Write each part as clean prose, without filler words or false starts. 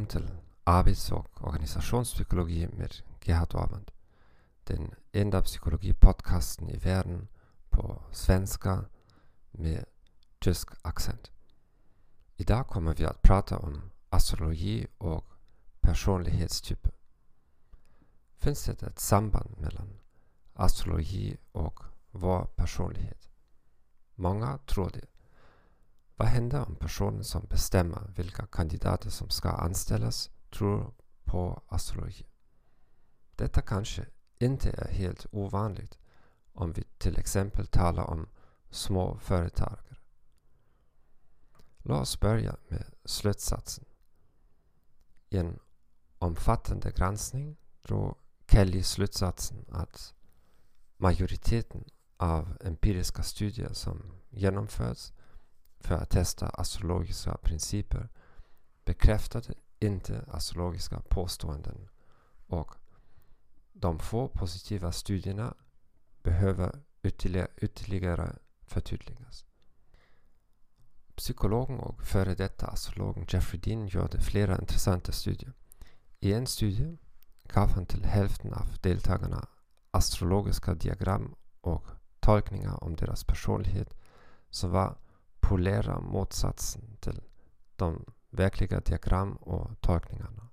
Välkommen till arbets- och organisationspsykologi med Gerhard Ormand. Den enda psykologipodcasten i världen på svenska med tysk accent. Idag kommer vi att prata om astrologi och personlighetstyper. Finns det ett samband mellan astrologi och vår personlighet? Många tror det. Vad händer om personen som bestämmer vilka kandidater som ska anställas tror på astrologi? Detta kanske inte är helt ovanligt om vi till exempel talar om små företagare. Låt oss börja med slutsatsen. I en omfattande granskning drog Kelly slutsatsen att majoriteten av empiriska studier som genomförts för att testa astrologiska principer bekräftade inte astrologiska påståenden och de få positiva studierna behöver ytterligare förtydligas. Psykologen och före detta astrologen Jeffrey Dean gjorde flera intressanta studier. I en studie gav han till hälften av deltagarna astrologiska diagram och tolkningar om deras personlighet som var polära motsatsen till de verkliga diagram och tolkningarna.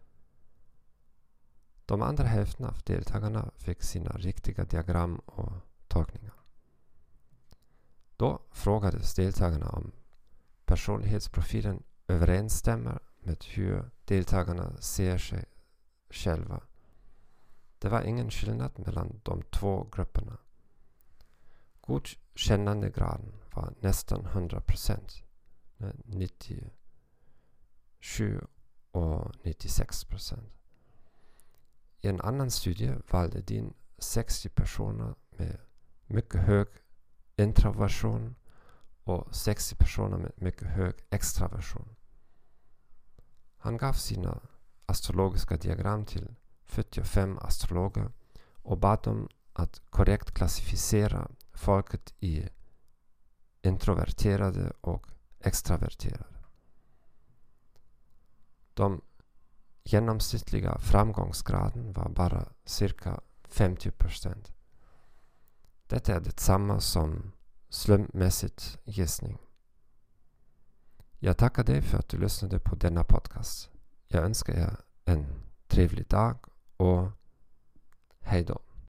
De andra hälften av deltagarna fick sina riktiga diagram och tolkningar. Då frågades deltagarna om personlighetsprofilen överensstämmer med hur deltagarna ser sig själva. Det var ingen skillnad mellan de två grupperna. Godkännandegraden var nästan 100%, 97 och 96%. I en annan studie valde Dean 60 personer med mycket hög introversion och 60 personer med mycket hög extraversion. Han gav sina astrologiska diagram till 45 astrologer och bad dem att korrekt klassificera folket i introverterade och extraverterade. De genomsnittliga framgångsgraden var bara cirka 50%. Detta är detsamma som slumpmässigt gissning. Jag tackar dig för att du lyssnade på denna podcast. Jag önskar er en trevlig dag och hej då.